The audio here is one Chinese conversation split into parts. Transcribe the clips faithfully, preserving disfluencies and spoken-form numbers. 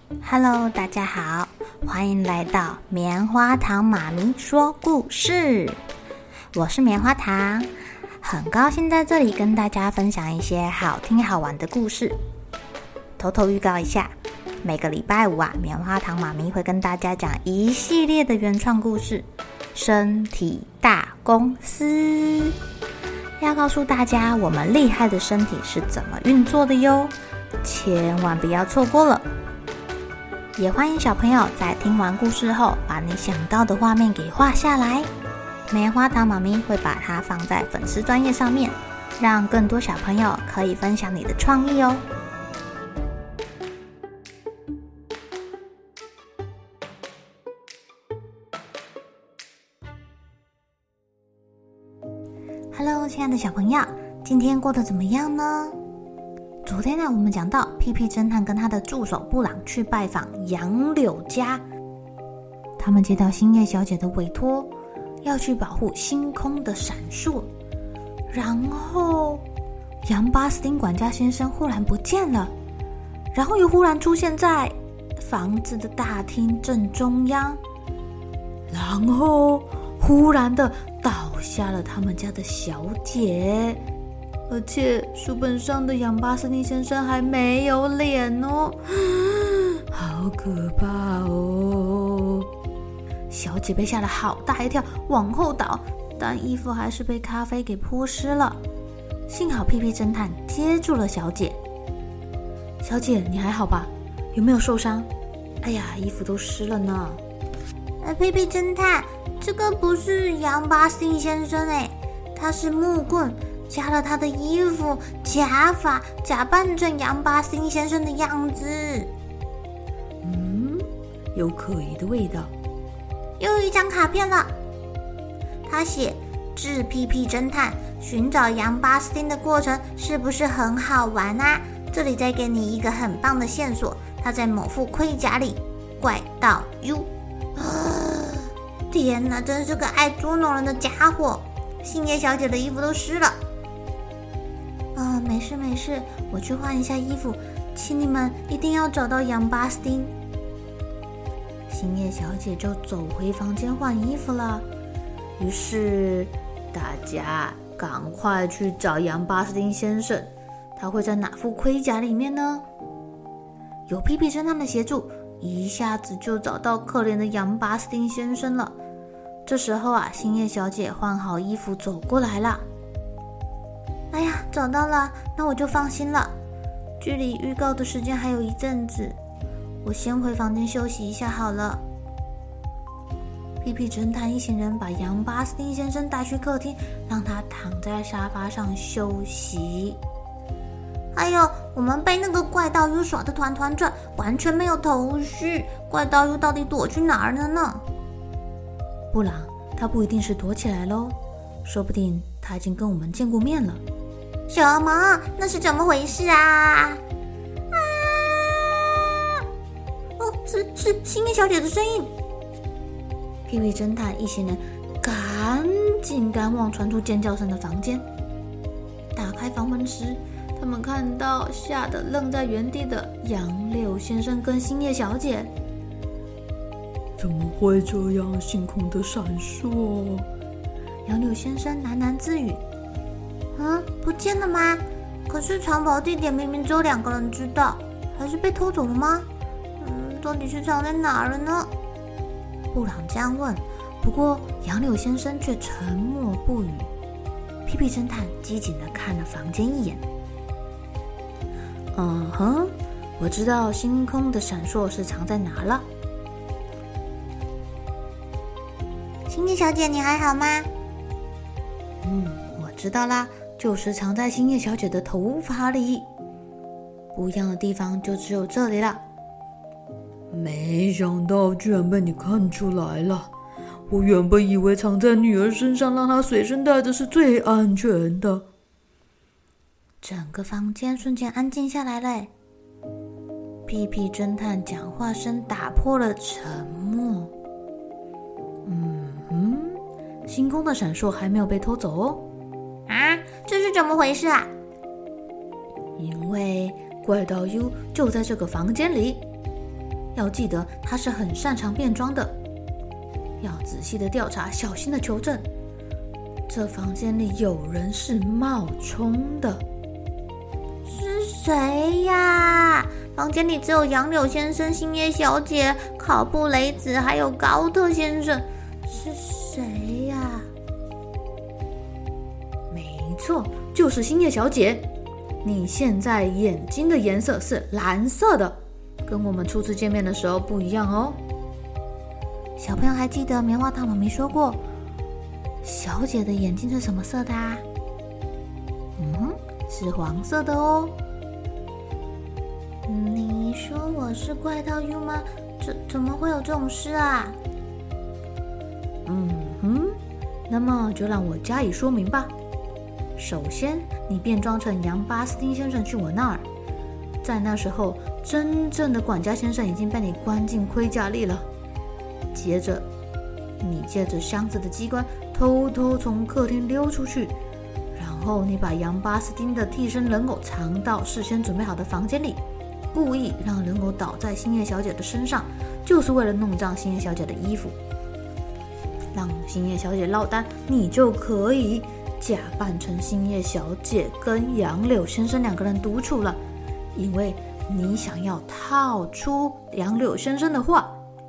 Hello， 大家好，欢迎来到棉花糖妈咪说故事。我是棉花糖，很高兴在这里跟大家分享一些好听好玩的故事。偷偷预告一下，每个礼拜五啊，棉花糖妈咪会跟大家讲一系列的原创故事，身体大公司。要告诉大家我们厉害的身体是怎么运作的哟，千万不要错过了。也欢迎小朋友在听完故事后，把你想到的画面给画下来。棉花糖妈咪会把它放在粉丝专页上面，让更多小朋友可以分享你的创意哦。Hello， 亲爱的小朋友，今天过得怎么样呢？昨天呢，我们讲到屁屁侦探跟他的助手布朗去拜访杨柳家，他们接到星夜小姐的委托，要去保护星空的闪烁。然后，杨巴斯汀管家先生忽然不见了，然后又忽然出现在房子的大厅正中央，然后忽然的倒下了他们家的小姐。而且书本上的杨巴斯汀先生还没有脸哦，好可怕哦！小姐被吓了好大一跳，往后倒，但衣服还是被咖啡给泼湿了。幸好屁屁侦探接住了小姐。小姐，你还好吧？有没有受伤？哎呀，衣服都湿了呢。呃，屁屁侦探，这个不是杨巴斯汀先生哎，他是木棍。加了他的衣服、假发，假扮成杨巴斯汀先生的样子。嗯，有可疑的味道。又有一张卡片了，他写致屁屁侦探寻找杨巴斯汀的过程是不是很好玩啊？这里再给你一个很棒的线索，他在某副盔甲里。怪盗 U 啊！天哪，真是个爱捉弄人的家伙！星夜小姐的衣服都湿了。啊、哦，没事没事，我去换一下衣服，请你们一定要找到杨巴斯汀。星夜小姐就走回房间换衣服了。于是大家赶快去找杨巴斯汀先生，他会在哪副盔甲里面呢？有屁屁侦探的协助，一下子就找到可怜的杨巴斯汀先生了。这时候啊，星夜小姐换好衣服走过来了。哎呀，找到了，那我就放心了。距离预告的时间还有一阵子，我先回房间休息一下好了。屁屁侦探一行人把杨巴斯汀先生带去客厅，让他躺在沙发上休息。还有，我们被那个怪盗 U 耍得团团转，完全没有头绪。怪盗 U 到底躲去哪儿了呢？布朗，他不一定是躲起来咯，说不定他已经跟我们见过面了。什么？那是怎么回事啊？啊！哦，是是星夜小姐的声音。屁屁侦探一行人赶紧赶往传出尖叫声的房间。打开房门时，他们看到吓得愣在原地的杨柳先生跟星夜小姐。 怎么会这样？星空的闪烁。 杨柳先生喃喃自语。嗯，不见了吗？可是藏宝地点明明只有两个人知道，还是被偷走了吗？嗯，到底是藏在哪儿了呢？布朗这样问，不过杨柳先生却沉默不语。屁屁侦探机警地看了房间一眼。嗯哼，我知道星空的闪烁是藏在哪了。星夜小姐，你还好吗？嗯，我知道啦，就是藏在星夜小姐的头发里。不一样的地方就只有这里了。 没想到居然被你看出来了。我原本以为藏在女儿身上，让她随身带着是最安全的。 整个房间瞬间安静下来了。屁屁侦探讲话声打破了沉默。嗯哼，星空的闪烁还没有被偷走哦。啊，这是怎么回事啊？因为怪盗 U 就在这个房间里。 要记得他是很擅长变装的，要仔细的调查，小心的求证。这房间里有人是冒充的。 是谁呀？房间里只有杨柳先生、星夜小姐、考布雷子还有高特先生，是谁呀？ 没错，就是星夜小姐。你现在眼睛的颜色是蓝色的，跟我们初次见面的时候不一样哦。 小朋友还记得棉花糖妈咪说过小姐的眼睛是什么色的啊？嗯，是黄色的哦。你说我是怪盗 U 吗？怎怎么会有这种事啊？ 嗯哼，那么就让我加以说明吧。首先，你变装成杨巴斯汀先生去我那儿，在那时候，真正的管家先生已经被你关进盔甲里了。接着，你借着箱子的机关，偷偷从客厅溜出去，然后你把杨巴斯汀的替身人偶藏到事先准备好的房间里，故意让人偶倒在星夜小姐的身上，就是为了弄脏星夜小姐的衣服，让星夜小姐落单，你就可以假扮成星夜小姐跟杨柳先生两个人独处了，因为你想要套出杨柳先生的话。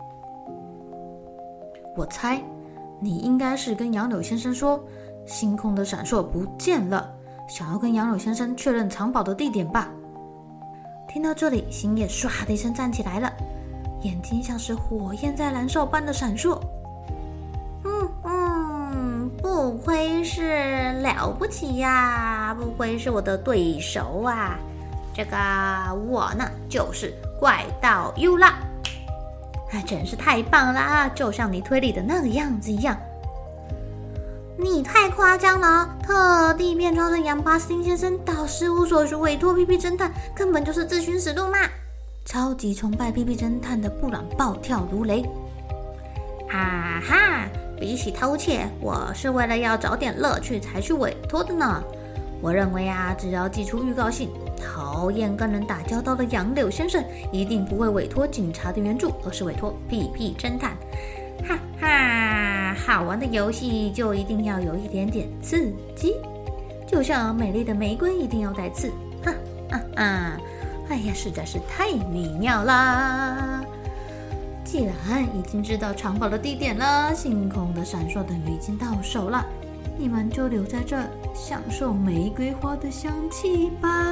我猜你应该是跟杨柳先生说星空的闪烁不见了，想要跟杨柳先生确认藏宝的地点吧。听到这里，星夜唰的一声站起来了，眼睛像是火焰在燃烧般的闪烁。 嗯嗯，不愧是了不起呀，不愧是我的对手啊！这个我呢就是怪盗 U 啦，哎，真是太棒啦，就像你推理的那个样子一样。你太夸张了，特地变装成杨巴斯汀先生到事务所去委托屁屁侦探，根本就是自寻死路嘛！ 超级崇拜屁屁侦探的布朗暴跳如雷。 哈哈，比起偷窃，我是为了要找点乐趣才去委托的呢。我认为啊，只要寄出预告信，讨厌跟人打交道的杨柳先生一定不会委托警察的援助，而是委托屁屁侦探。哈哈，好玩的游戏就一定要有一点点刺激，就像美丽的玫瑰一定要带刺。哈哈哈，哎呀，实在是太美妙啦！既然已经知道藏宝的地点了，星空的闪烁等于已经到手了，你们就留在这儿享受玫瑰花的香气吧。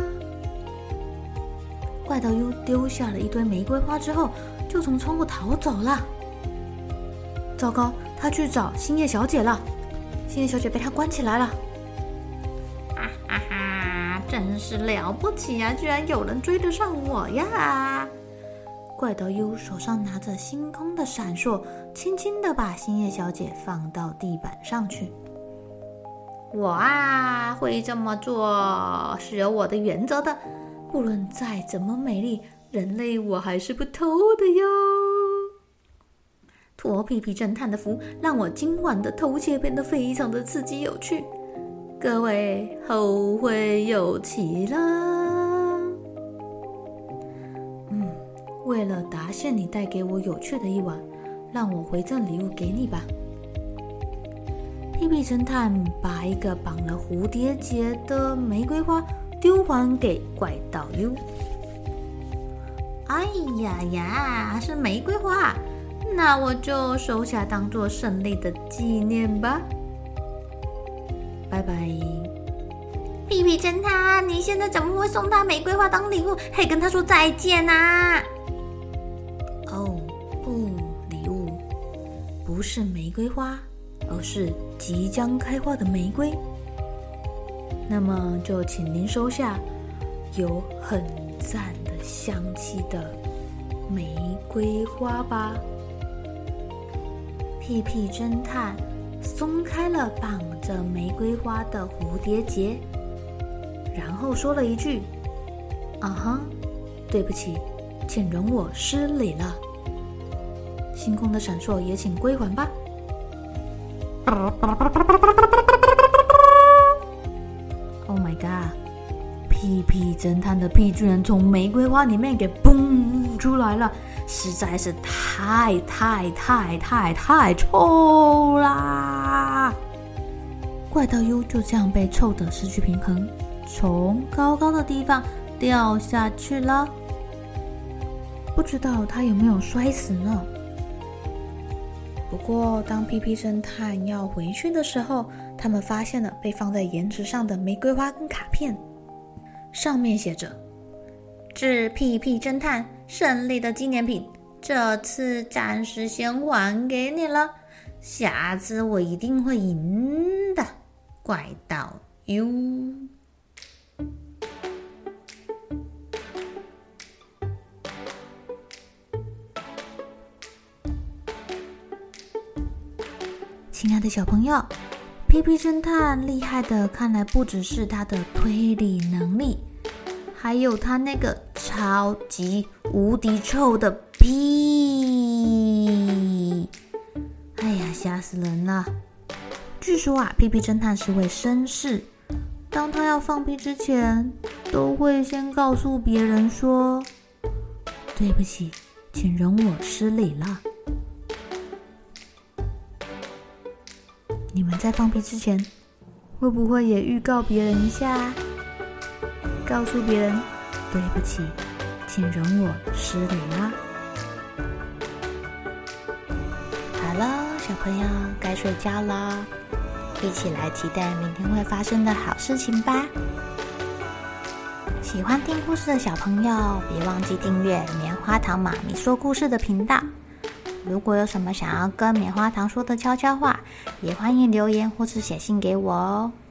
怪盗 U 丢下了一堆玫瑰花之后，就从窗户逃走了。糟糕，他去找星夜小姐了，星夜小姐被他关起来了。哈哈哈，真是了不起呀，居然有人追得上我呀！怪盗 U 手上拿着星空的闪烁，轻轻地把星夜小姐放到地板上去。我啊，会这么做是有我的原则的，不论再怎么美丽，人类我还是不偷的哟。托屁屁侦探的福，让我今晚的偷窃变得非常的刺激有趣。各位后会有期啦。嗯，为了答谢你带给我有趣的一晚，让我回赠礼物给你吧。屁屁侦探把一个绑了蝴蝶结的玫瑰花丢还给怪盗 U。哎呀呀，是玫瑰花，那我就收下当做胜利的纪念吧。拜拜。屁屁侦探，你现在怎么会送他玫瑰花当礼物，还跟他说再见啊？哦不，礼物不是玫瑰花，而是即将开花的玫瑰。那么就请您收下有很赞的香气的玫瑰花吧。屁屁侦探松开了绑着玫瑰花的蝴蝶结，然后说了一句：啊哈，对不起，请容我失礼了。星空的闪烁也请归还吧。Oh my god， 屁屁侦探的屁居然从玫瑰花里面给蹦出来了， 实在是太太太太太臭啦！怪盗 U 就这样被臭得失去平衡，从高高的地方掉下去了。不知道他有没有摔死呢？不过当屁屁侦探要回去的时候，他们发现了被放在岩石上的玫瑰花跟卡片，上面写着： 致屁屁侦探胜利的纪念品，这次暂时先还给你了，下次我一定会赢的，怪盗 U。 亲爱的小朋友，屁屁侦探厉害的看来不只是他的推理能力，还有他那个超级无敌臭的屁！哎呀，吓死人了！据说啊，屁屁侦探是位绅士，当他要放屁之前，都会先告诉别人说：“对不起，请容我失礼了。”你们在放屁之前，会不会也预告别人一下，告诉别人对不起，请容我失礼啦？好了，小朋友该睡觉了，一起来期待明天会发生的好事情吧。喜欢听故事的小朋友，别忘记订阅棉花糖妈咪说故事的频道。如果有什么想要跟棉花糖说的悄悄话，也欢迎留言或是写信给我哦。